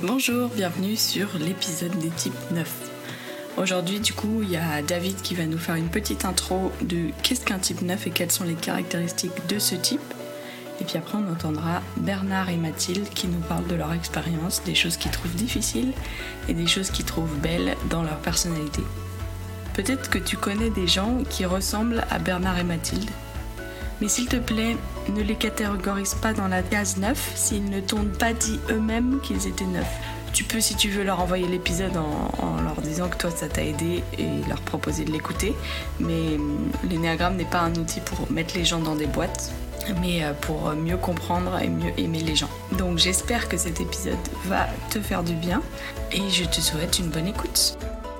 Bonjour, bienvenue sur l'épisode des types 9. Aujourd'hui, du coup, il y a David qui va nous faire une petite intro de qu'est-ce qu'un type 9 et quelles sont les caractéristiques de ce type. Et puis après, on entendra Bernard et Mathilde qui nous parlent de leur expérience, des choses qu'ils trouvent difficiles et des choses qu'ils trouvent belles dans leur personnalité. Peut-être que tu connais des gens qui ressemblent à Bernard et Mathilde. Mais s'il te plaît, ne les catégorise pas dans la case 9 s'ils ne t'ont pas dit eux-mêmes qu'ils étaient 9. Tu peux, si tu veux, leur envoyer l'épisode en leur disant que toi ça t'a aidé et leur proposer de l'écouter. Mais l'énéagramme n'est pas un outil pour mettre les gens dans des boîtes, mais pour mieux comprendre et mieux aimer les gens. Donc j'espère que cet épisode va te faire du bien et je te souhaite une bonne écoute.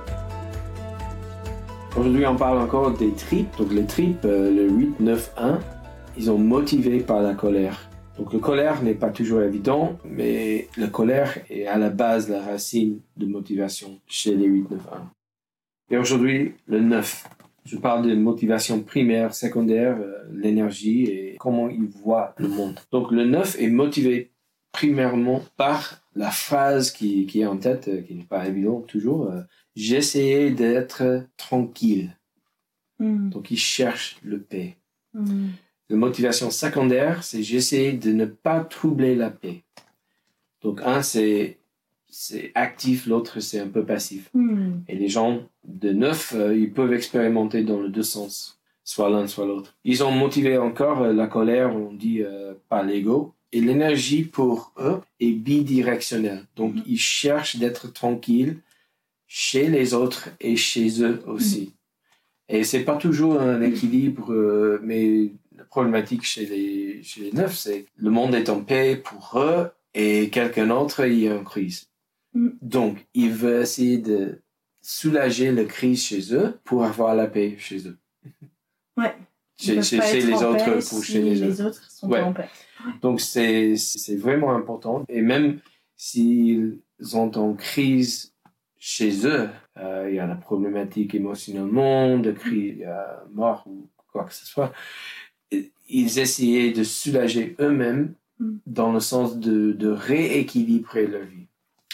Aujourd'hui, on parle encore des tripes. Donc les tripes, le 8, 9, 1, ils sont motivés par la colère. Donc la colère n'est pas toujours évident, mais la colère est à la base la racine de motivation chez les 8, 9, 1. Et aujourd'hui, le 9. Je parle de motivation primaire, secondaire, l'énergie et comment ils voient le monde. Donc le 9 est motivé primairement par la phrase qui est en tête, qui n'est pas évidente toujours. J'essayais d'être tranquille. Donc il cherche le paix. La motivation secondaire, c'est j'essaie de ne pas troubler la paix. Donc un, c'est actif, l'autre, c'est un peu passif. Et les gens de 9, ils peuvent expérimenter dans les deux sens, soit l'un, soit l'autre. Ils ont motivé encore la colère, on dit par l'ego. Et l'énergie pour eux est bidirectionnelle. Donc ils cherchent d'être tranquilles chez les autres et chez eux aussi. Et c'est pas toujours un équilibre, mais la problématique chez les 9, c'est le monde est en paix pour eux et quelqu'un d'autre il est en crise. Donc, il veut essayer de soulager la crise chez eux pour avoir la paix chez eux. Ouais. Chez les autres pour chez les autres sont en paix. Donc, c'est vraiment important. Et même s'ils sont en crise chez eux, il y a la problématique émotionnellement, de crise, mort ou quoi que ce soit. Ils essayaient de soulager eux-mêmes dans le sens de rééquilibrer leur vie.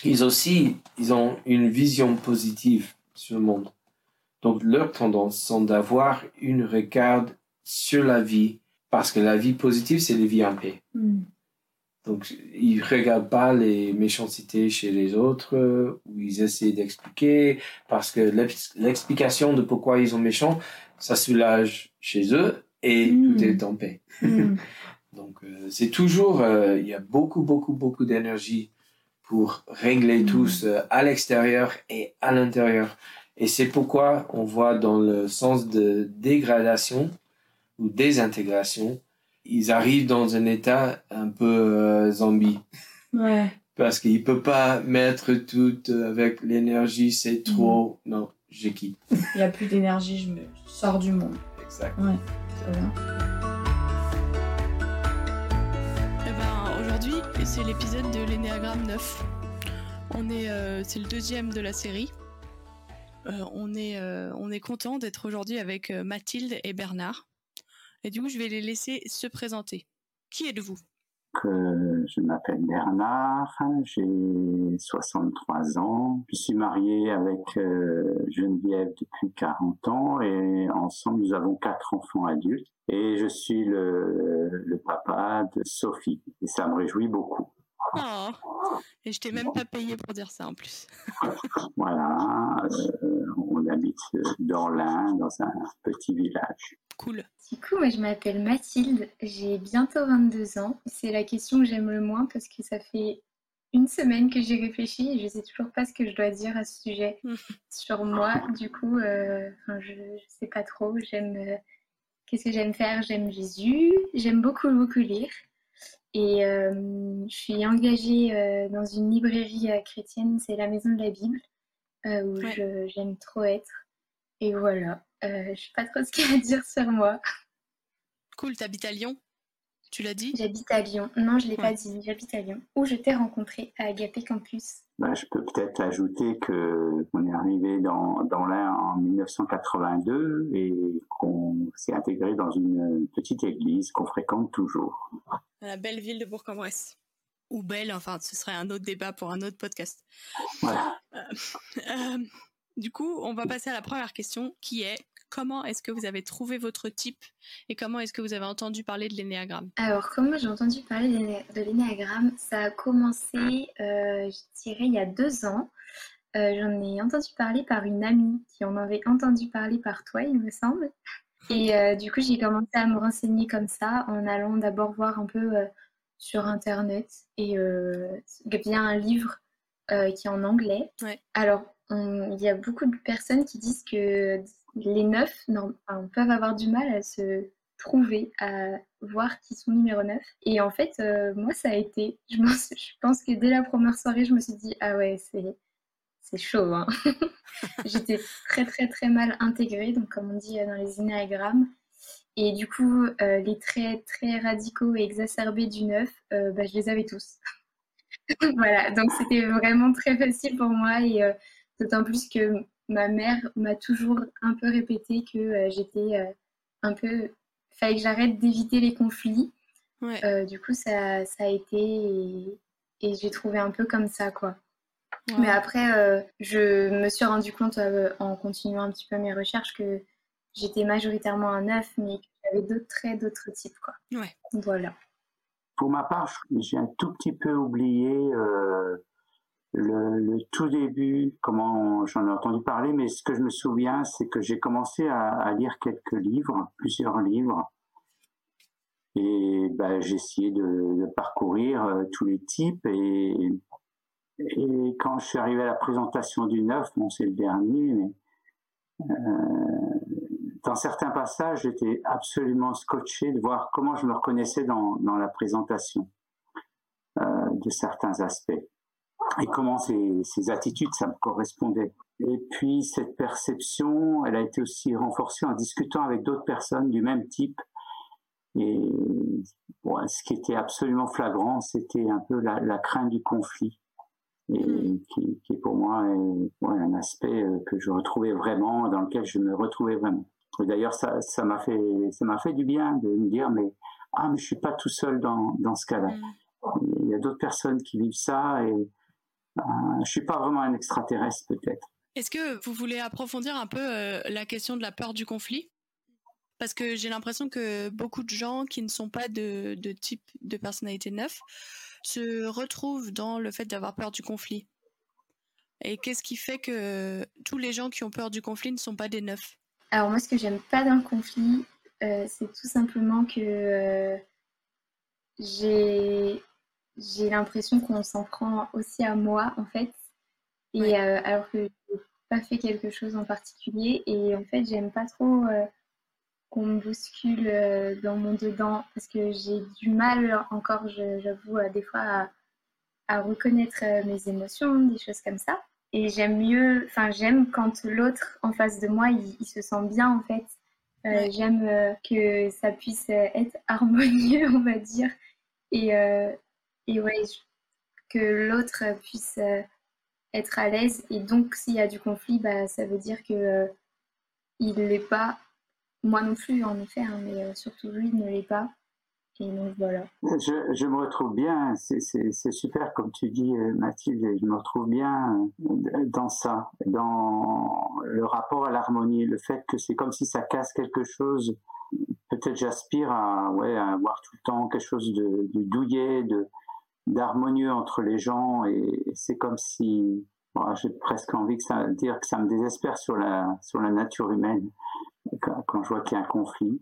Ils ont une vision positive sur le monde. Donc, leur tendance sont d'avoir une regarde sur la vie, parce que la vie positive, c'est la vie en paix. Donc, ils ne regardent pas les méchancetés chez les autres, où ils essaient d'expliquer, parce que l'explication de pourquoi ils sont méchants, ça soulage chez eux et tout est en paix. Donc, c'est toujours, il y a beaucoup d'énergie pour régler tous à l'extérieur et à l'intérieur. Et c'est pourquoi on voit dans le sens de dégradation ou désintégration, ils arrivent dans un état un peu zombie. Ouais. Parce qu'il ne peut pas mettre tout avec l'énergie, c'est trop. Non, je quitte. Il n'y a plus d'énergie, je sors du monde. Exact. Ouais, très bien. Aujourd'hui, c'est l'épisode de l'énéagramme 9. C'est le deuxième de la série. On est content d'être aujourd'hui avec Mathilde et Bernard. Et du coup, je vais les laisser se présenter. Qui êtes-vous ? Je m'appelle Bernard, j'ai 63 ans. Je suis marié avec Geneviève depuis 40 ans et ensemble nous avons 4 enfants adultes. Et je suis le papa de Sophie et ça me réjouit beaucoup. Oh, et je t'ai même pas payé pour dire ça en plus. Voilà, on habite dans l'Ain, dans un petit village. Cool. Du coup, moi je m'appelle Mathilde, j'ai bientôt 22 ans. C'est la question que j'aime le moins parce que ça fait une semaine que j'ai réfléchi et je sais toujours pas ce que je dois dire à ce sujet sur moi. Du coup, je sais pas trop. Qu'est-ce que j'aime faire? J'aime Jésus, j'aime beaucoup lire. Et je suis engagée dans une librairie chrétienne, c'est la Maison de la Bible, où j'aime trop être. Et voilà, je sais pas trop ce qu'il y a à dire sur moi. Cool, t'habites à Lyon? Tu l'as dit? J'habite à Lyon. Non, je l'ai pas dit, j'habite à Lyon. Où je t'ai rencontré à Agapé Campus. Je peux peut-être ajouter qu'on est arrivé dans l'Ain en 1982 et qu'on s'est intégré dans une petite église qu'on fréquente toujours. À la belle ville de Bourg-en-Bresse. ou belle, enfin ce serait un autre débat pour un autre podcast. Voilà. Du coup, on va passer à la première question qui est: comment est-ce que vous avez trouvé votre type et comment est-ce que vous avez entendu parler de l'énéagramme? Alors, comment j'ai entendu parler de l'énéagramme, ça a commencé, je dirais, il y a 2 ans. J'en ai entendu parler par une amie qui en avait entendu parler par toi, il me semble. Et du coup, j'ai commencé à me renseigner comme ça, en allant d'abord voir un peu sur Internet. Et il y a un livre qui est en anglais. Ouais. Alors, il y a beaucoup de personnes qui disent que les 9 peuvent avoir du mal à se trouver, à voir qui sont numéro 9. Et en fait, moi, ça a été. Je pense que dès la première soirée, je me suis dit, ah ouais, c'est chaud, hein. J'étais très très très mal intégrée, donc comme on dit dans les énéagrammes. Et du coup, les traits très radicaux et exacerbés du 9, je les avais tous. Voilà, donc c'était vraiment très facile pour moi, et d'autant plus que ma mère m'a toujours un peu répété que j'étais un peu... Fallait que j'arrête d'éviter les conflits. Ouais. Du coup, ça a été... Et j'ai trouvé un peu comme ça, quoi. Wow. Mais après, je me suis rendu compte en continuant un petit peu mes recherches que j'étais majoritairement un 9, mais que j'avais d'autres traits, d'autres types, quoi. Ouais. Voilà. Pour ma part, j'ai un tout petit peu oublié le tout début, comment j'en ai entendu parler, mais ce que je me souviens, c'est que j'ai commencé à lire quelques livres, plusieurs livres, et j'ai essayé de parcourir tous les types, et quand je suis arrivé à la présentation du 9, bon, c'est le dernier, mais dans certains passages, j'étais absolument scotché de voir comment je me reconnaissais dans la présentation de certains aspects et comment ces attitudes, ça me correspondait. Et puis, cette perception, elle a été aussi renforcée en discutant avec d'autres personnes du même type. Et bon, ce qui était absolument flagrant, c'était un peu la crainte du conflit. Et qui pour moi est un aspect que je retrouvais vraiment, dans lequel je me retrouvais vraiment. Et d'ailleurs, ça m'a fait du bien de me dire, mais je suis pas tout seul dans ce cas-là. Il y a d'autres personnes qui vivent ça, et je suis pas vraiment un extraterrestre, peut-être. Est-ce que vous voulez approfondir un peu la question de la peur du conflit? Parce que j'ai l'impression que beaucoup de gens qui ne sont pas de type de personnalité 9 se retrouvent dans le fait d'avoir peur du conflit. Et qu'est-ce qui fait que tous les gens qui ont peur du conflit ne sont pas des 9? Alors moi, ce que j'aime pas dans le conflit, c'est tout simplement que j'ai l'impression qu'on s'en prend aussi à moi, en fait. Et Ouais. alors que j'ai pas fait quelque chose en particulier. Et en fait, j'aime pas trop qu'on me bouscule dans mon dedans, parce que j'ai du mal encore, j'avoue, des fois à reconnaître mes émotions, des choses comme ça. Et j'aime quand l'autre en face de moi, il se sent bien, en fait. Ouais. J'aime que ça puisse être harmonieux, on va dire. Et ouais, que l'autre puisse être à l'aise. Et donc, s'il y a du conflit, ça veut dire que il l'est pas. Moi non plus, en effet, hein, mais surtout lui ne l'est pas. Et donc voilà. Je me retrouve bien, c'est super comme tu dis, Mathilde, et je me retrouve bien dans ça, dans le rapport à l'harmonie, le fait que c'est comme si ça casse quelque chose. Peut-être j'aspire à avoir tout le temps quelque chose de douillet, d'harmonieux entre les gens, et c'est comme si, j'ai presque envie de dire que ça me désespère sur la nature humaine quand je vois qu'il y a un conflit.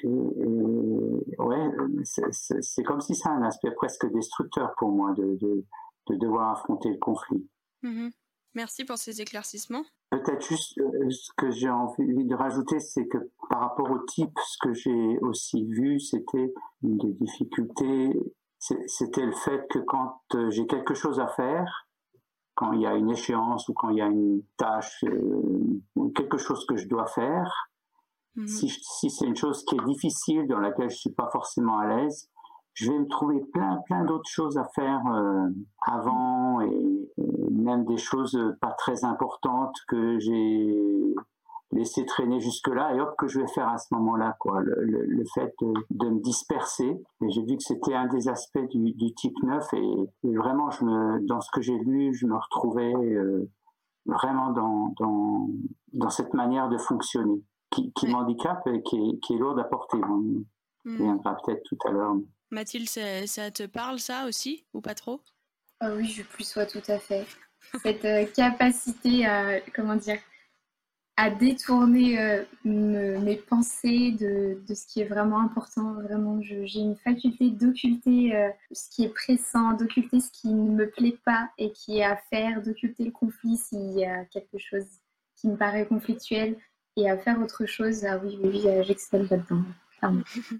C'est comme si ça a un aspect presque destructeur pour moi de devoir affronter le conflit. Merci pour ces éclaircissements. Peut-être juste ce que j'ai envie de rajouter, c'est que par rapport au type, ce que j'ai aussi vu, c'était une des difficultés, c'était le fait que quand j'ai quelque chose à faire, quand il y a une échéance ou quand il y a une tâche, quelque chose que je dois faire, si c'est une chose qui est difficile, dans laquelle je suis pas forcément à l'aise, je vais me trouver plein d'autres choses à faire avant, et même des choses pas très importantes que j'ai laisser traîner jusque-là et hop que je vais faire à ce moment-là, quoi. Le fait de me disperser. Et j'ai vu que c'était un des aspects du type 9 et vraiment, dans ce que j'ai lu, je me retrouvais vraiment dans cette manière de fonctionner qui m'handicape et qui est lourde à porter. On viendra peut-être tout à l'heure. Mathilde, ça te parle ça aussi ou pas trop? Ah oui, je plus sois tout à fait. Cette capacité à, comment dire, à détourner mes pensées de ce qui est vraiment important. Vraiment, j'ai une faculté d'occulter ce qui est pressant, d'occulter ce qui ne me plaît pas et qui est à faire, d'occulter le conflit s'il y a quelque chose qui me paraît conflictuel et à faire autre chose. Ah oui, j'excelle là-dedans, clairement.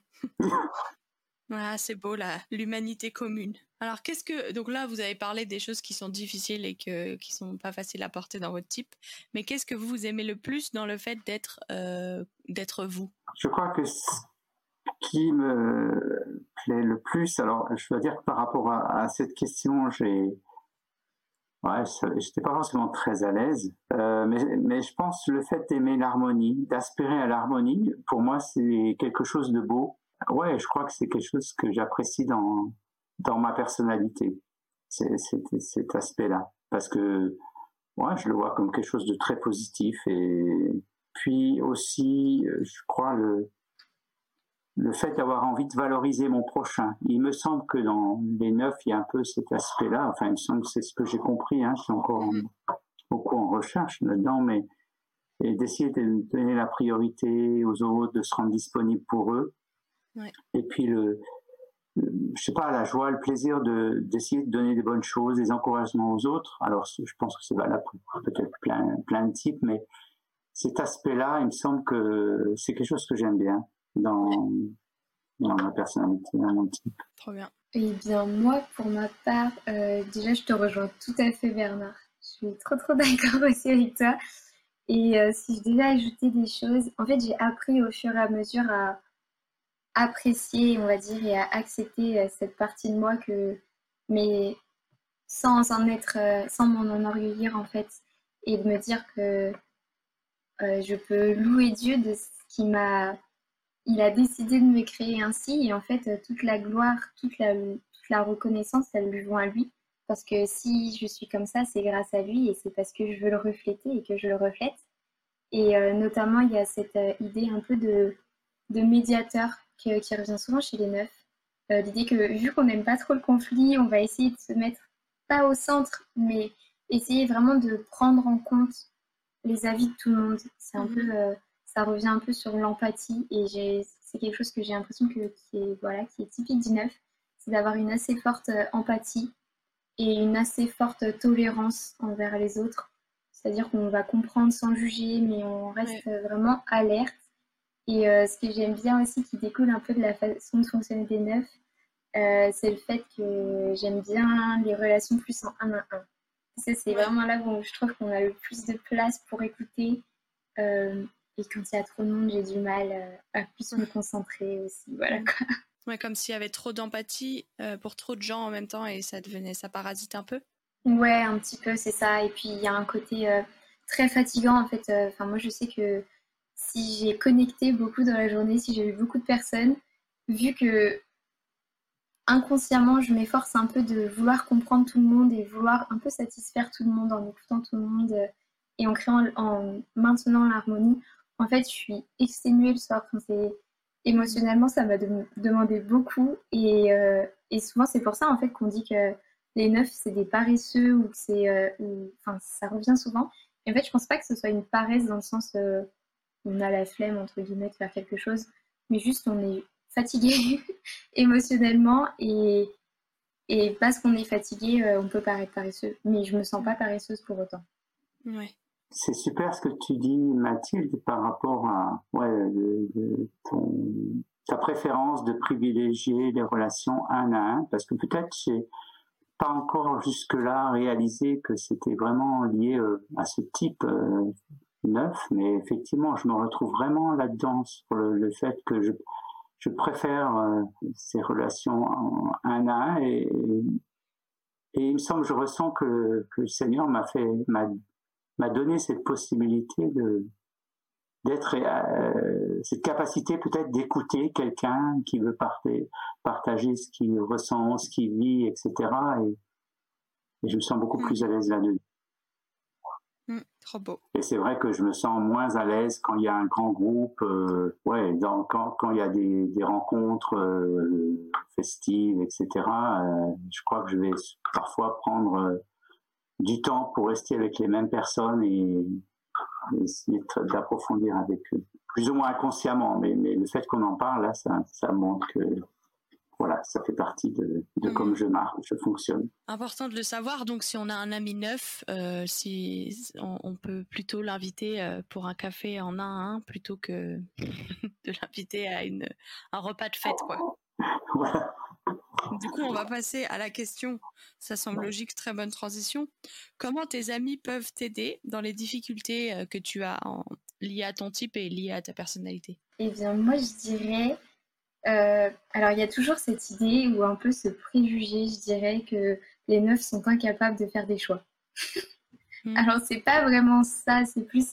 Ah, c'est beau l'humanité commune. Alors donc là vous avez parlé des choses qui sont difficiles et qui sont pas faciles à porter dans votre type, mais qu'est-ce que vous aimez le plus dans le fait d'être vous? Je crois que ce qui me plaît le plus, alors je dois dire que par rapport à cette question, j'étais pas forcément très à l'aise, mais je pense le fait d'aimer l'harmonie, d'aspirer à l'harmonie, pour moi c'est quelque chose de beau. Ouais, je crois que c'est quelque chose que j'apprécie dans ma personnalité, cet aspect-là, parce que je le vois comme quelque chose de très positif. Et puis aussi, je crois le fait d'avoir envie de valoriser mon prochain. Il me semble que dans les 9, il y a un peu cet aspect-là. Enfin, il me semble que c'est ce que j'ai compris. Je suis encore beaucoup en recherche là-dedans, mais et d'essayer de donner la priorité aux autres, de se rendre disponible pour eux. Ouais. Et puis je sais pas, la joie, le plaisir d'essayer de donner des bonnes choses, des encouragements aux autres. Alors, je pense que c'est valable pour peut-être plein de types, mais cet aspect-là, il me semble que c'est quelque chose que j'aime bien dans ma personnalité, dans mon type. Trop bien. Eh bien, moi, pour ma part, déjà, je te rejoins tout à fait, Bernard. Je suis trop d'accord aussi avec toi. Et si je devais ajouter des choses, en fait, j'ai appris au fur et à mesure à apprécier, on va dire, et à accepter cette partie de moi mais sans m'en enorgueillir, en fait, et de me dire que je peux louer Dieu de ce il a décidé de me créer ainsi, et en fait, toute la gloire, toute la reconnaissance, elles lui vont à lui. Parce que si je suis comme ça, c'est grâce à lui et c'est parce que je veux le refléter et que je le reflète. Et notamment, il y a cette idée un peu de médiateur qui revient souvent chez les 9. L'idée que vu qu'on n'aime pas trop le conflit, on va essayer de se mettre pas au centre, mais essayer vraiment de prendre en compte les avis de tout le monde. C'est un peu, ça revient un peu sur l'empathie et c'est quelque chose que j'ai l'impression qui est typique du 9, c'est d'avoir une assez forte empathie et une assez forte tolérance envers les autres. C'est-à-dire qu'on va comprendre sans juger, mais on reste vraiment alerte. Et ce que j'aime bien aussi, qui découle un peu de la façon de fonctionner des 9, c'est le fait que j'aime bien les relations plus en 1 à 1. C'est vraiment là où je trouve qu'on a le plus de place pour écouter. Et quand il y a trop de monde, j'ai du mal à plus me concentrer aussi. Voilà quoi. Ouais, comme s'il y avait trop d'empathie pour trop de gens en même temps et ça parasite un peu. Ouais, un petit peu, c'est ça. Et puis il y a un côté très fatigant en fait. Moi, je sais que si j'ai connecté beaucoup dans la journée, si j'ai vu beaucoup de personnes, vu que inconsciemment, je m'efforce un peu de vouloir comprendre tout le monde et vouloir un peu satisfaire tout le monde en écoutant tout le monde et en maintenant l'harmonie. En fait, je suis exténuée le soir. Émotionnellement, ça m'a demandé beaucoup et souvent, c'est pour ça en fait qu'on dit que les 9, c'est des paresseux ou que ça revient souvent. Et en fait, je pense pas que ce soit une paresse dans le sens on a la flemme, entre guillemets, de faire quelque chose, mais juste on est fatigué émotionnellement et parce qu'on est fatigué, on peut paraître paresseux. Mais je me sens pas paresseuse pour autant. Ouais. C'est super ce que tu dis, Mathilde, par rapport à ta préférence de privilégier les relations 1 à 1, parce que peut-être j'ai pas encore jusque-là réalisé que c'était vraiment lié à ce type 9, mais effectivement, je me retrouve vraiment là-dedans sur le fait que je préfère ces relations en 1 à 1 et il me semble, je ressens que le Seigneur m'a donné cette possibilité cette capacité peut-être d'écouter quelqu'un qui veut partager ce qu'il ressent, ce qu'il vit, etc. Et je me sens beaucoup plus à l'aise là-dedans. Trop beau. Et c'est vrai que je me sens moins à l'aise quand il y a un grand groupe, quand il y a des rencontres festives, etc. Je crois que je vais parfois prendre du temps pour rester avec les mêmes personnes et essayer d'approfondir avec eux. Plus ou moins inconsciemment, mais le fait qu'on en parle, là, ça montre que voilà, ça fait partie de comme je fonctionne. Important de le savoir, donc si on a un ami neuf, si on peut plutôt l'inviter pour un café en 1 à 1 plutôt que de l'inviter à un repas de fête, quoi. Voilà. Du coup, on va passer à la question, ça semble logique, très bonne transition. Comment tes amis peuvent t'aider dans les difficultés que tu as liées à ton type et liées à ta personnalité? Eh bien, moi, je dirais... alors, il y a toujours cette idée ou un peu ce préjugé, je dirais, que les neufs sont incapables de faire des choix. Alors, c'est pas vraiment ça, c'est plus...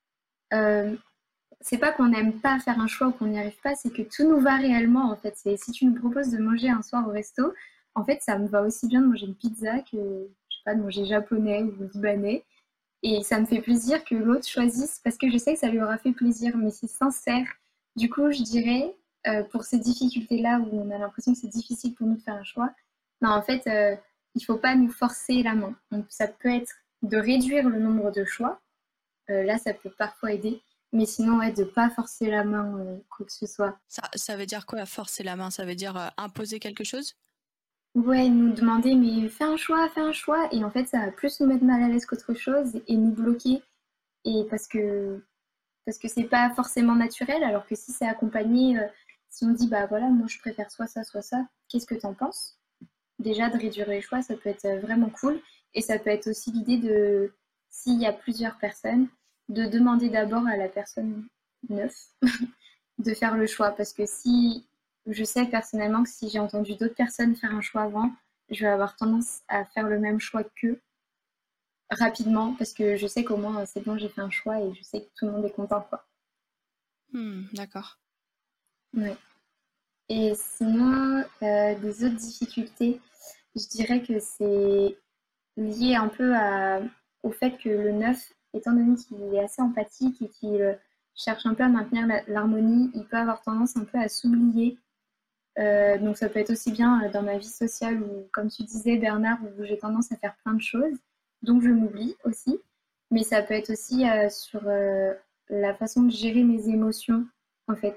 c'est pas qu'on n'aime pas faire un choix ou qu'on n'y arrive pas, c'est que tout nous va réellement, en fait. Si tu nous proposes de manger un soir au resto, en fait, ça me va aussi bien de manger une pizza que, je sais pas, de manger japonais ou libanais. Et ça me fait plaisir que l'autre choisisse parce que je sais que ça lui aura fait plaisir, mais c'est sincère. Du coup, je dirais, pour ces difficultés-là où on a l'impression que c'est difficile pour nous de faire un choix, non, en fait, il faut pas nous forcer la main. Donc, ça peut être de réduire le nombre de choix. Là, ça peut parfois aider. Mais sinon, ouais, de pas forcer la main, quoi que ce soit. Ça veut dire quoi, forcer la main? Ça veut dire imposer quelque chose? Ouais, nous demander, mais fais un choix. Et en fait, ça va plus nous mettre mal à l'aise qu'autre chose et nous bloquer. Et parce que c'est pas forcément naturel, alors que si c'est accompagné, si on dit, bah voilà, moi je préfère soit ça, qu'est-ce que t'en penses? Déjà, de réduire les choix, ça peut être vraiment cool. Et ça peut être aussi l'idée de, s'il y a plusieurs personnes, de demander d'abord à la personne neuve de faire le choix. Parce que si je sais personnellement que si j'ai entendu d'autres personnes faire un choix avant, je vais avoir tendance à faire le même choix qu'eux rapidement parce que je sais qu'au moins c'est bon, j'ai fait un choix et je sais que tout le monde est content, quoi. D'accord. Ouais. Et sinon, des autres difficultés, je dirais que c'est lié un peu au fait que le neuf, étant donné qu'il est assez empathique et qu'il cherche un peu à maintenir l'harmonie, il peut avoir tendance un peu à s'oublier. Donc ça peut être aussi bien dans ma vie sociale où, comme tu disais Bernard, où j'ai tendance à faire plein de choses, donc je m'oublie aussi. Mais ça peut être aussi sur la façon de gérer mes émotions, en fait.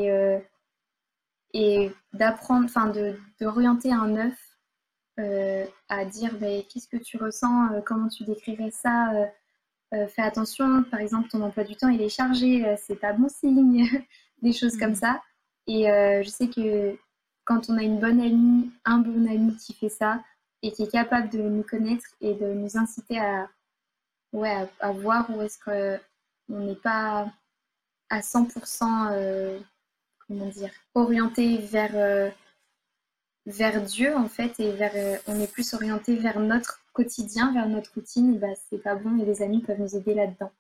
Et d'apprendre, enfin d'orienter un neuf à dire qu'est-ce que tu ressens, comment tu décrirais ça, fais attention, par exemple ton emploi du temps il est chargé, c'est pas bon signe, des choses comme ça. Et je sais que quand on a une bonne amie, un bon ami qui fait ça et qui est capable de nous connaître et de nous inciter à voir où est-ce qu'on n'est pas à 100% comment dire, orienté vers Dieu en fait et on est plus orienté vers notre quotidien, vers notre routine, et c'est pas bon et les amis peuvent nous aider là-dedans.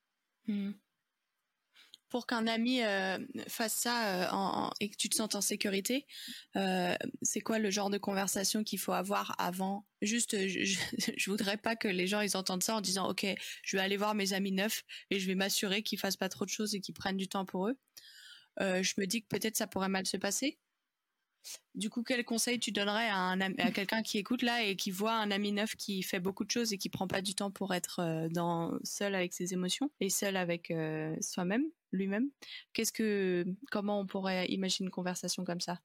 Pour qu'un ami fasse ça et que tu te sentes en sécurité, c'est quoi le genre de conversation qu'il faut avoir avant? Juste, je voudrais pas que les gens ils entendent ça en disant ok, je vais aller voir mes amis neufs et je vais m'assurer qu'ils fassent pas trop de choses et qu'ils prennent du temps pour eux. Je me dis que peut-être ça pourrait mal se passer. Du coup, quel conseil tu donnerais à quelqu'un qui écoute là et qui voit un ami neuf qui fait beaucoup de choses et qui prend pas du temps pour être seul avec ses émotions et seul avec soi-même, lui-même? Comment on pourrait imaginer une conversation comme ça?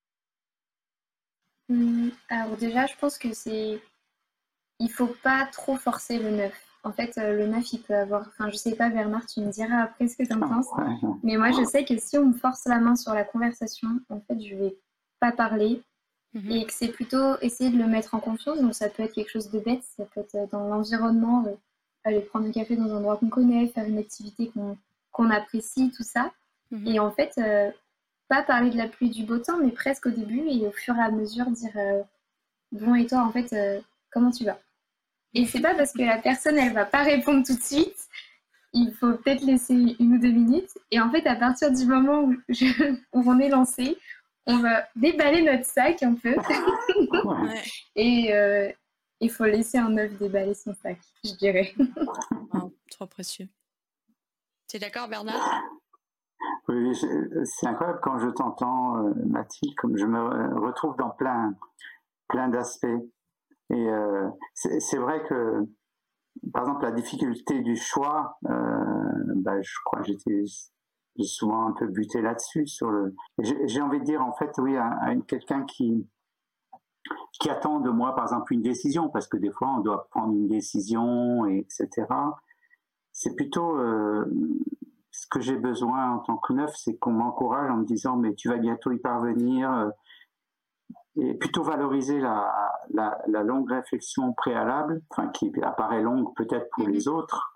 Alors déjà, je pense que il faut pas trop forcer le neuf. En fait, le neuf, il peut avoir... Enfin, je sais pas, Bernard, tu me diras après ce que tu en penses. Mais moi, je sais que si on me force la main sur la conversation, en fait, je vais pas parler. Et que c'est plutôt essayer de le mettre en confiance. Donc, ça peut être quelque chose de bête. Ça peut être dans l'environnement, aller prendre un café dans un endroit qu'on connaît, faire une activité qu'on apprécie, tout ça. Et en fait, pas parler de la pluie et du beau temps, mais presque au début et au fur et à mesure dire bon, et toi, en fait, comment tu vas? Et c'est pas parce que la personne, elle va pas répondre tout de suite il faut peut-être laisser 1 ou 2 minutes. Et en fait, à partir du moment où on est lancé, on va déballer notre sac un peu. Ouais. Et il faut laisser un œuf déballer son sac, je dirais. Wow, trop précieux. T'es d'accord, Bernard? Oui, c'est incroyable quand je t'entends, Mathilde, comme je me retrouve dans plein d'aspects. Et c'est vrai que, par exemple, la difficulté du choix, je crois que j'ai souvent un peu buté là-dessus. J'ai envie de dire, en fait, oui, à quelqu'un qui attend de moi, par exemple, une décision, parce que des fois, on doit prendre une décision, etc. C'est plutôt ce que j'ai besoin en tant que neuf, c'est qu'on m'encourage en me disant mais tu vas bientôt y parvenir, et plutôt valoriser la longue réflexion préalable, qui apparaît longue peut-être pour les autres,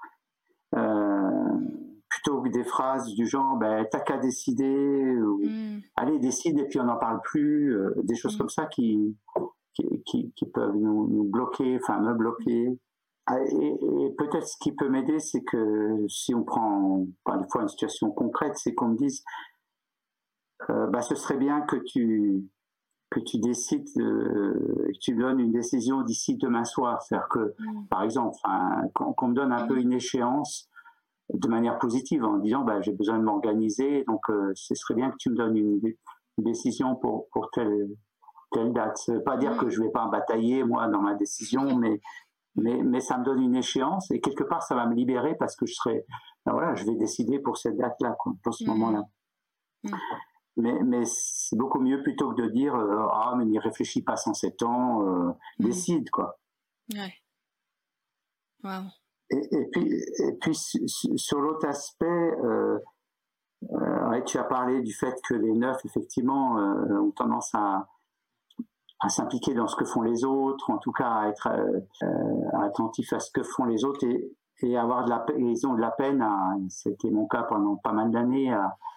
plutôt que des phrases du genre t'as qu'à décider, ou allez décide et puis on n'en parle plus, des choses comme ça qui peuvent nous bloquer, me bloquer. Et peut-être ce qui peut m'aider, c'est que si on prend une fois une situation concrète, c'est qu'on me dise ce serait bien que tu décides, que tu donnes une décision d'ici demain soir. C'est-à-dire que, par exemple, qu'on me donne un peu une échéance de manière positive en disant j'ai besoin de m'organiser, donc ce serait bien que tu me donnes une décision pour telle date. Ça ne veut pas dire que je ne vais pas batailler, moi, dans ma décision, mais ça me donne une échéance et quelque part, ça va me libérer parce que je vais décider pour cette date-là, pour ce moment-là. Mais c'est beaucoup mieux plutôt que de dire mais n'y réfléchis pas 107 ans, décide, quoi. Ouais. Wow. Et puis sur l'autre aspect, tu as parlé du fait que les neufs, effectivement, ont tendance à s'impliquer dans ce que font les autres, en tout cas à être attentif à ce que font les autres et avoir ils ont de la peine, c'était mon cas pendant pas mal d'années,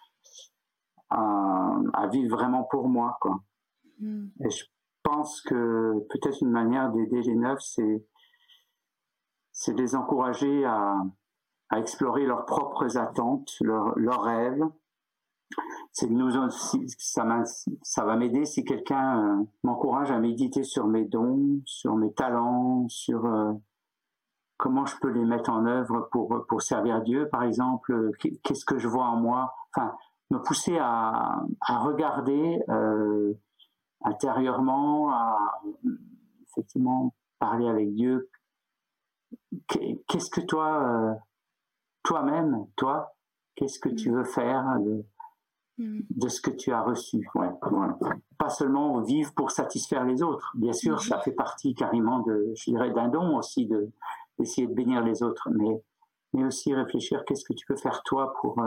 à vivre vraiment pour moi, quoi. Et je pense que peut-être une manière d'aider les neufs, c'est de les encourager à explorer leurs propres attentes, leurs rêves. C'est ça va m'aider si quelqu'un m'encourage à méditer sur mes dons, sur mes talents, sur comment je peux les mettre en œuvre pour servir Dieu, par exemple. Qu'est-ce que je vois en moi, me pousser à regarder intérieurement, à effectivement parler avec Dieu. Qu'est-ce que toi-même, qu'est-ce que tu veux faire de ce que tu as reçu. Voilà. Pas seulement vivre pour satisfaire les autres. Bien sûr, ça fait partie carrément d'un don aussi, d'essayer de bénir les autres, mais aussi réfléchir qu'est-ce que tu peux faire toi pour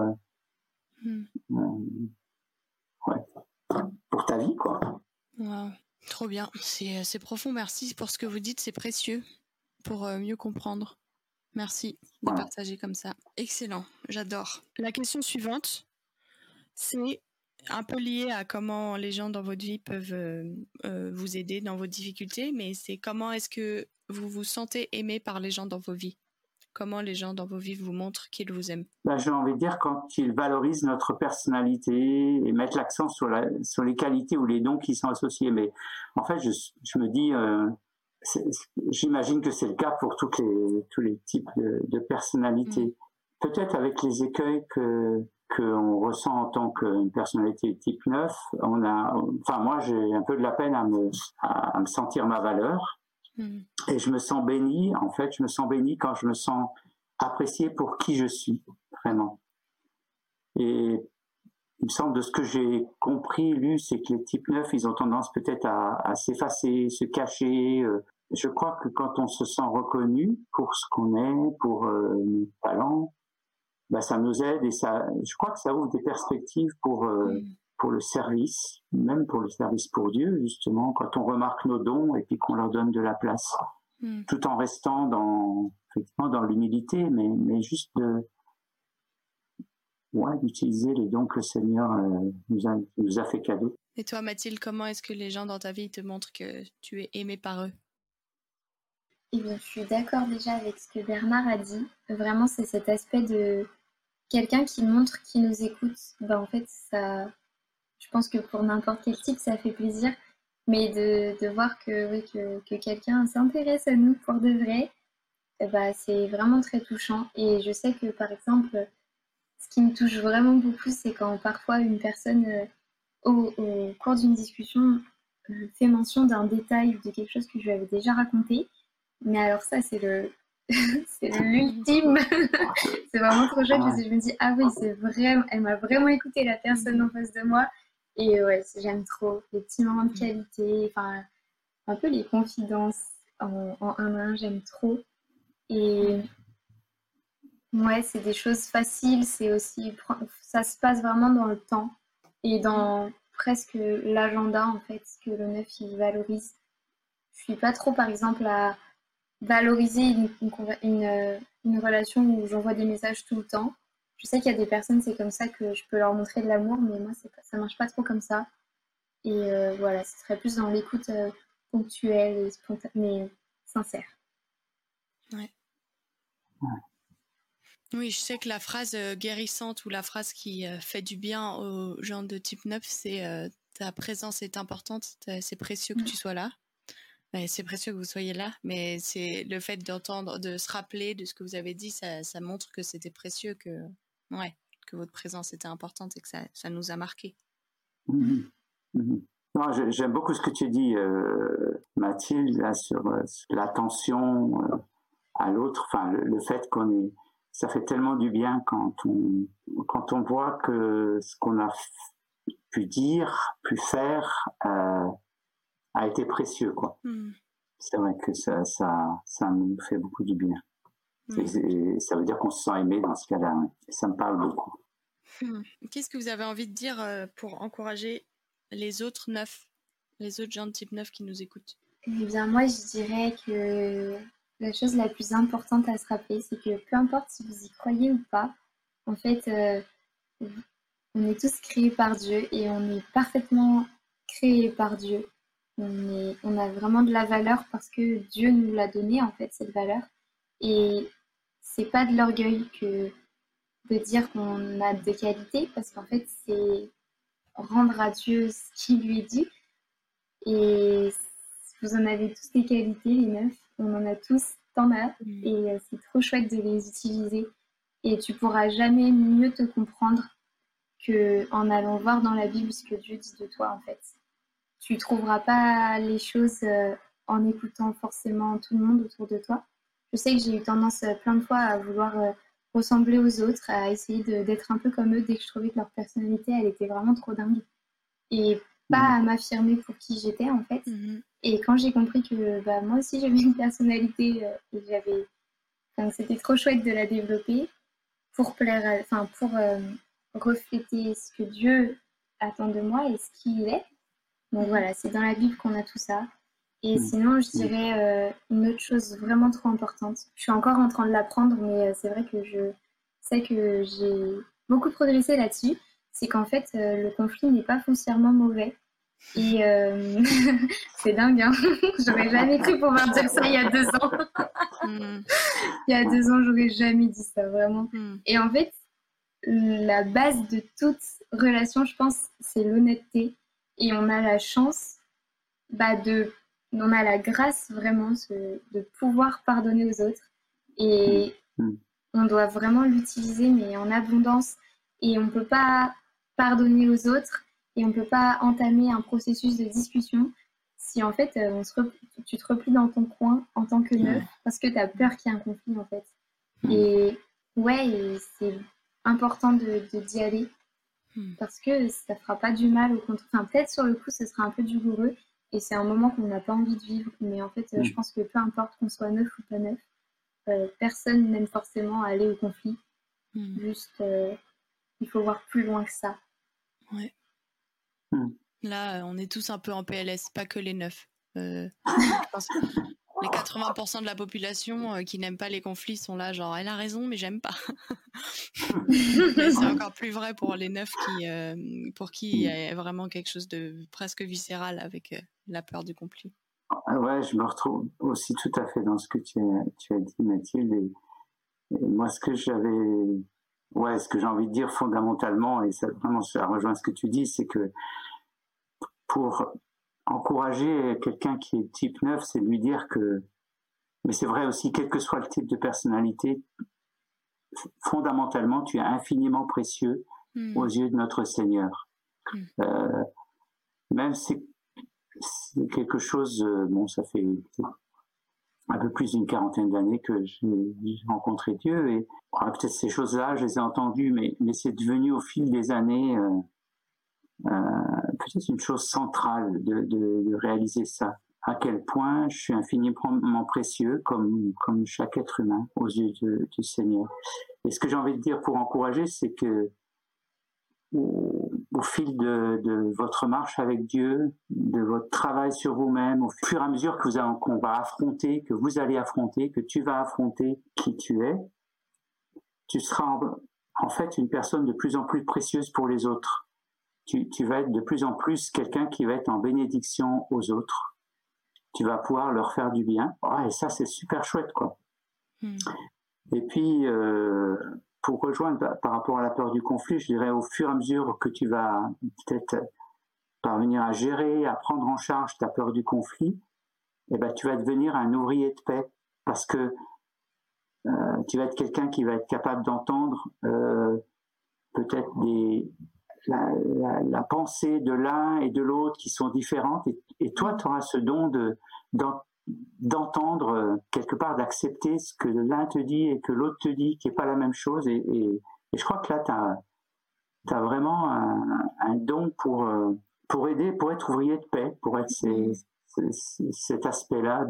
ta vie, quoi. Wow. Trop bien, c'est profond. Merci pour ce que vous dites, c'est précieux pour mieux comprendre. Merci de partager comme ça. Excellent, j'adore. La question suivante, c'est un peu lié à comment les gens dans votre vie peuvent vous aider dans vos difficultés, mais c'est comment est-ce que vous vous sentez aimé par les gens dans vos vies? Comment les gens dans vos vies vous montrent qu'ils vous aiment? J'ai envie de dire quand ils valorisent notre personnalité et mettent l'accent sur les qualités ou les dons qui sont associés. Mais en fait, je me dis, j'imagine que c'est le cas pour tous les types de personnalités. Peut-être avec les écueils qu'on ressent en tant qu'une personnalité type 9, moi j'ai un peu de la peine à me sentir ma valeur. Et je me sens béni, quand je me sens apprécié pour qui je suis, vraiment. Et il me semble, de ce que j'ai compris, lu, c'est que les types 9, ils ont tendance peut-être à s'effacer, se cacher. Je crois que quand on se sent reconnu pour ce qu'on est, pour nos talents, ça nous aide et je crois que ça ouvre des perspectives pour le service, même pour le service pour Dieu, justement, quand on remarque nos dons et puis qu'on leur donne de la place, tout en restant effectivement dans l'humilité, mais juste d'utiliser les dons que le Seigneur nous a fait cadeau. Et toi, Mathilde, comment est-ce que les gens dans ta vie te montrent que tu es aimé par eux? Eh bien, je suis d'accord déjà avec ce que Bernard a dit. Vraiment, c'est cet aspect de quelqu'un qui montre qu'il nous écoute. En fait, ça, je pense que pour n'importe quel type, ça fait plaisir. Mais de voir que, oui, que quelqu'un s'intéresse à nous pour de vrai, c'est vraiment très touchant. Et je sais que, par exemple, ce qui me touche vraiment beaucoup, c'est quand parfois une personne, au cours d'une discussion, fait mention d'un détail ou de quelque chose que je lui avais déjà raconté. Mais alors ça, c'est c'est l'ultime. C'est vraiment trop chouette parce que je me dis, ah oui, c'est vraiment, elle m'a vraiment écouté, la personne en face de moi. Et ouais, j'aime trop les petits moments de qualité, enfin, un peu les confidences en un à un, j'aime trop. Et ouais, c'est des choses faciles, c'est aussi, ça se passe vraiment dans le temps et dans presque l'agenda en fait, que le neuf il valorise. Je suis pas trop, par exemple, à valoriser une relation où j'envoie des messages tout le temps. Je sais qu'il y a des personnes, c'est comme ça que je peux leur montrer de l'amour, mais moi, ça marche pas trop comme ça. Et voilà, ce serait plus dans l'écoute ponctuelle et spontanée, mais sincère. Ouais. Oui, je sais que la phrase guérissante ou la phrase qui fait du bien aux gens de type 9, c'est ta présence est importante, c'est précieux que tu sois là. C'est précieux que vous soyez là, mais c'est le fait d'entendre, de se rappeler de ce que vous avez dit, ça montre que c'était précieux, que votre présence était importante et que ça nous a marqué. Non, j'aime beaucoup ce que tu dis, Mathilde, là, sur l'attention à l'autre. Enfin, le fait ça fait tellement du bien quand on voit que ce qu'on a pu dire, pu faire, a été précieux, quoi. C'est vrai que ça nous fait beaucoup du bien. Ça veut dire qu'on se sent aimé dans ce cas-là. Ouais. Ça me parle beaucoup. Qu'est-ce que vous avez envie de dire pour encourager les autres 9, les autres gens de type 9 qui nous écoutent? Eh bien, moi, je dirais que la chose la plus importante à se rappeler, c'est que peu importe si vous y croyez ou pas, en fait, on est tous créés par Dieu et on est parfaitement créés par Dieu. On a vraiment de la valeur parce que Dieu nous l'a donné, en fait, cette valeur. Et c'est pas de l'orgueil que de dire qu'on a des qualités, parce qu'en fait, c'est rendre à Dieu ce qui lui est dit. Et vous en avez tous des qualités, les 9. On en a tous, t'en as. Et c'est trop chouette de les utiliser. Et tu pourras jamais mieux te comprendre qu'en allant voir dans la Bible ce que Dieu dit de toi, en fait. Tu trouveras pas les choses en écoutant forcément tout le monde autour de toi. Je sais que j'ai eu tendance plein de fois à vouloir ressembler aux autres, à essayer d'être un peu comme eux dès que je trouvais que leur personnalité, elle était vraiment trop dingue. Et pas à m'affirmer pour qui j'étais, en fait. Et quand j'ai compris que moi aussi j'avais une personnalité et c'était trop chouette de la développer pour plaire, pour refléter ce que Dieu attend de moi et ce qu'il est. Donc voilà, c'est dans la Bible qu'on a tout ça. Et sinon, je dirais une autre chose vraiment trop importante. Je suis encore en train de l'apprendre, mais c'est vrai que je sais que j'ai beaucoup progressé là-dessus. C'est qu'en fait, le conflit n'est pas foncièrement mauvais. Et c'est dingue, hein. J'aurais jamais cru pouvoir dire ça il y a 2 ans. Il y a 2 ans, j'aurais jamais dit ça, vraiment. Et en fait, la base de toute relation, je pense, c'est l'honnêteté. Et on a la chance, on a la grâce vraiment de pouvoir pardonner aux autres. Et on doit vraiment l'utiliser, mais en abondance. Et on ne peut pas pardonner aux autres et on ne peut pas entamer un processus de discussion si en fait tu te replies dans ton coin en tant que neuf parce que tu as peur qu'il y ait un conflit en fait. Et ouais, c'est important d'y aller parce que ça ne fera pas du mal au contraire. Enfin, peut-être sur le coup, ce sera un peu douloureux et c'est un moment qu'on n'a pas envie de vivre. Mais en fait, je pense que peu importe qu'on soit neuf ou pas neuf, personne n'aime forcément aller au conflit. Juste, il faut voir plus loin que ça. Ouais. Là, on est tous un peu en PLS, pas que les 9. Je pense que les 80% de la population qui n'aime pas les conflits sont là, genre, elle a raison, mais j'aime pas. Mais c'est encore plus vrai pour les 9 pour qui il y a vraiment quelque chose de presque viscéral avec la peur du conflit. Ouais, je me retrouve aussi tout à fait dans ce que tu as dit, Mathilde. Et moi, ce que j'ai envie de dire fondamentalement, et ça vraiment, ça rejoint ce que tu dis, c'est que pour encourager quelqu'un qui est type 9, c'est de lui dire que, mais c'est vrai aussi, quel que soit le type de personnalité, fondamentalement, tu es infiniment précieux aux yeux de notre Seigneur. Même si c'est quelque chose, ça fait un peu plus d'une quarantaine d'années que j'ai rencontré Dieu, et peut-être ces choses-là, je les ai entendues, mais c'est devenu au fil des années peut-être une chose centrale de réaliser ça. À quel point je suis infiniment précieux comme chaque être humain aux yeux du Seigneur. Et ce que j'ai envie de dire pour encourager, c'est que au fil de votre marche avec Dieu, de votre travail sur vous-même, au fur et à mesure qu'on va affronter, que vous allez affronter, que tu vas affronter qui tu es, tu seras en fait une personne de plus en plus précieuse pour les autres. Tu vas être de plus en plus quelqu'un qui va être en bénédiction aux autres. Tu vas pouvoir leur faire du bien. Et ça, c'est super chouette, quoi. Et puis, pour rejoindre par rapport à la peur du conflit, je dirais au fur et à mesure que tu vas peut-être parvenir à gérer, à prendre en charge ta peur du conflit, tu vas devenir un ouvrier de paix, parce que tu vas être quelqu'un qui va être capable d'entendre peut-être la pensée de l'un et de l'autre qui sont différentes, et toi, tu auras ce don d'entendre quelque part, d'accepter ce que l'un te dit et que l'autre te dit, qui n'est pas la même chose, et je crois que là, tu as vraiment un don pour aider, pour être ouvrier de paix, pour être cet aspect-là,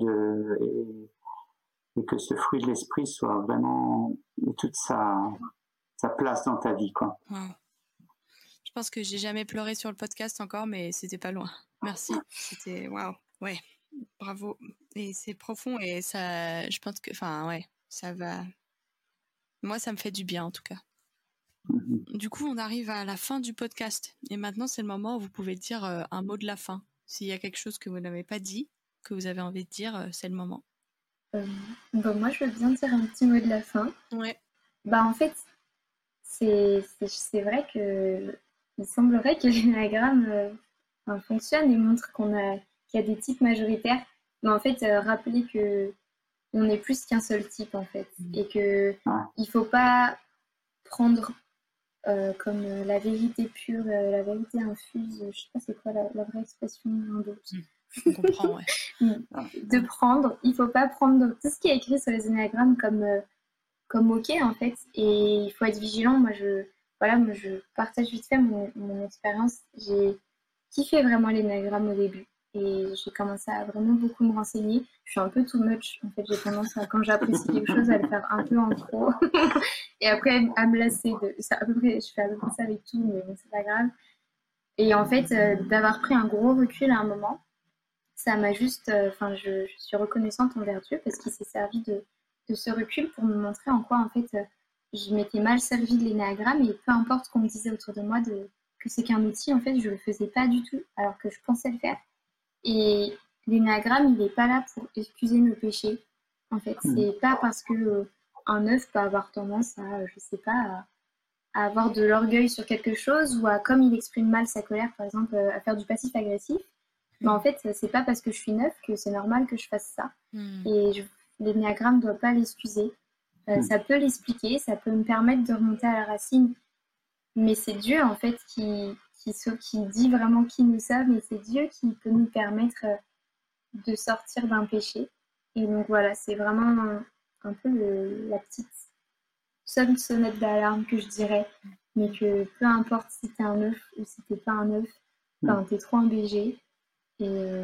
et que ce fruit de l'esprit soit vraiment toute sa place dans ta vie, quoi. Wow. Je pense que j'ai jamais pleuré sur le podcast encore, mais c'était pas loin. Merci. C'était waouh. Ouais. Bravo. Et c'est profond, et ça, je pense que, ça va. Moi, ça me fait du bien, en tout cas. Du coup, on arrive à la fin du podcast. Et maintenant, c'est le moment où vous pouvez dire un mot de la fin. S'il y a quelque chose que vous n'avez pas dit, que vous avez envie de dire, c'est le moment. Moi, je veux bien dire un petit mot de la fin. Ouais. En fait, c'est vrai que il semblerait que l'énagramme fonctionne et montre qu'il y a des types majoritaires. Mais en fait, rappeler que on est plus qu'un seul type, en fait. Et que il faut pas prendre comme la vérité pure, la vérité infuse, je sais pas c'est quoi la vraie expression On comprend, ouais. Il faut pas prendre tout ce qui est écrit sur les énagrammes comme ok, en fait, et il faut être vigilant. Moi je partage vite fait mon expérience. J'ai kiffé vraiment l'énagramme au début, et j'ai commencé à vraiment beaucoup me renseigner. Je suis un peu too much, en fait. J'ai tendance à, quand j'apprécie quelque chose, à le faire un peu en trop et après à me lasser je fais à peu près ça avec tout, mais bon, c'est pas grave. Et en fait, d'avoir pris un gros recul à un moment, ça m'a juste je suis reconnaissante envers Dieu, parce qu'il s'est servi de ce recul pour me montrer en quoi, en fait, je m'étais mal servie de l'énéagramme, et peu importe ce qu'on me disait autour de moi que c'est qu'un outil, en fait, je le faisais pas du tout, alors que je pensais le faire. Et l'énéagramme, il n'est pas là pour excuser nos péchés. En fait, c'est pas parce que un œuf peut avoir tendance à, je sais pas, à avoir de l'orgueil sur quelque chose, ou à, comme il exprime mal sa colère, par exemple, à faire du passif-agressif. Mais en fait, c'est pas parce que je suis neuf que c'est normal que je fasse ça. Et l'énéagramme ne doit pas l'excuser. Ça peut l'expliquer, ça peut me permettre de remonter à la racine. Mais c'est Dieu, en fait, qui dit vraiment qui nous sommes, et c'est Dieu qui peut nous permettre de sortir d'un péché. Et donc voilà, c'est vraiment un peu la petite sonnette d'alarme que je dirais. Mais que peu importe si t'es un œuf ou si t'es pas un œuf, t'es trop un BG. Et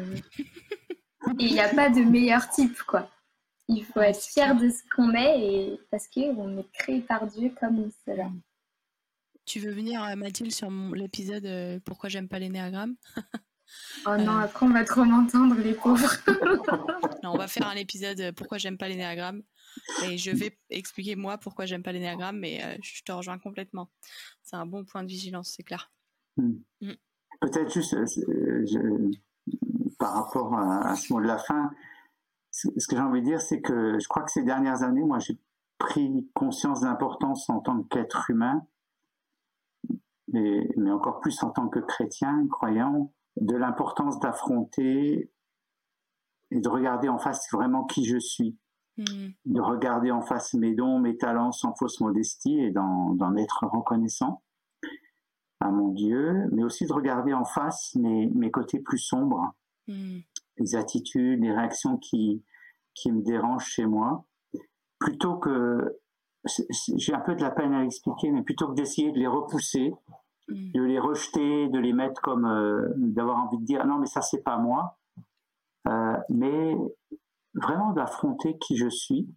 il n'y a pas de meilleur type, quoi. Il faut être fier de ce qu'on est, et parce qu'on est créé par Dieu comme cela. Tu veux venir, Mathilde, sur l'épisode Pourquoi j'aime pas l'énéagramme? Oh non, après on va trop m'entendre, les pauvres. Non, on va faire un épisode Pourquoi j'aime pas l'énéagramme, et je vais expliquer moi pourquoi j'aime pas l'énéagramme, mais je te rejoins complètement. C'est un bon point de vigilance, c'est clair. Peut-être juste, par rapport à ce mot de la fin, ce que j'ai envie de dire, c'est que je crois que ces dernières années, moi, j'ai pris conscience d'importance en tant qu'être humain, mais encore plus en tant que chrétien, croyant, de l'importance d'affronter et de regarder en face vraiment qui je suis, de regarder en face mes dons, mes talents sans fausse modestie et d'en être reconnaissant à mon Dieu, mais aussi de regarder en face mes côtés plus sombres, les attitudes, les réactions qui me dérangent chez moi, plutôt que, j'ai un peu de la peine à l'expliquer, mais plutôt que d'essayer de les repousser, de les rejeter, de les mettre comme, d'avoir envie de dire non mais ça c'est pas moi, mais vraiment d'affronter qui je suis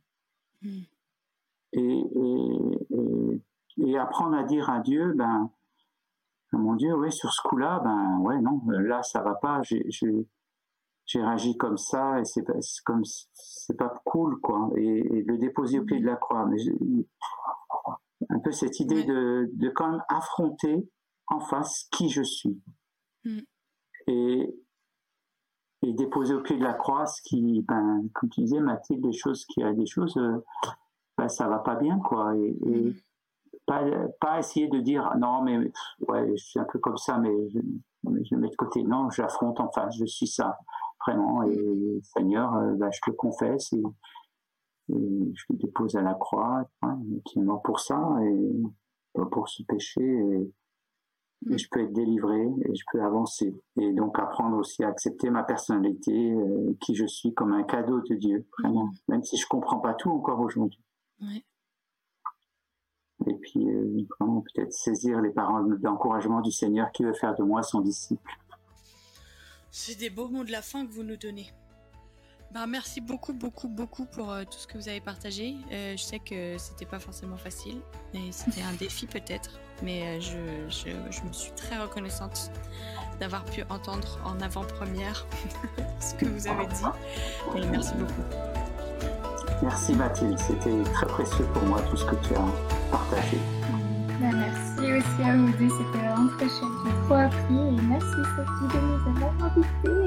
et apprendre à dire à Dieu, ben mon Dieu, ouais, sur ce coup-là, ben ouais, non, là ça va pas, j'ai réagi comme ça et c'est pas cool, quoi, et le déposer au pied de la croix. Mais un peu cette idée de quand même affronter en face qui je suis et déposer au pied de la croix ce qui, ben, comme tu disais Mathilde, des choses, ben, ça va pas bien, quoi, et pas essayer de dire non mais ouais je suis un peu comme ça mais je le mets de côté. Non, j'affronte en face, je suis ça vraiment, et Seigneur, ben, je te le confesse et je le dépose à la croix, qui est mort pour ça et pour ce péché, et je peux être délivré et je peux avancer, et donc apprendre aussi à accepter ma personnalité, qui je suis, comme un cadeau de Dieu, vraiment, même si je comprends pas tout encore aujourd'hui. Et puis vraiment peut-être saisir les paroles d'encouragement du Seigneur qui veut faire de moi son disciple. C'est des beaux mots de la fin que vous nous donnez. Bah, merci beaucoup pour tout ce que vous avez partagé. Je sais que c'était pas forcément facile, et c'était un défi peut-être, mais je me suis très reconnaissante d'avoir pu entendre en avant-première ce que vous avez dit. Et merci beaucoup. Merci Mathilde, c'était très précieux pour moi tout ce que tu as partagé. Merci aussi à vous deux, c'était vraiment très chouette, j'ai trop appris, et merci Sophie de nous avoir invités.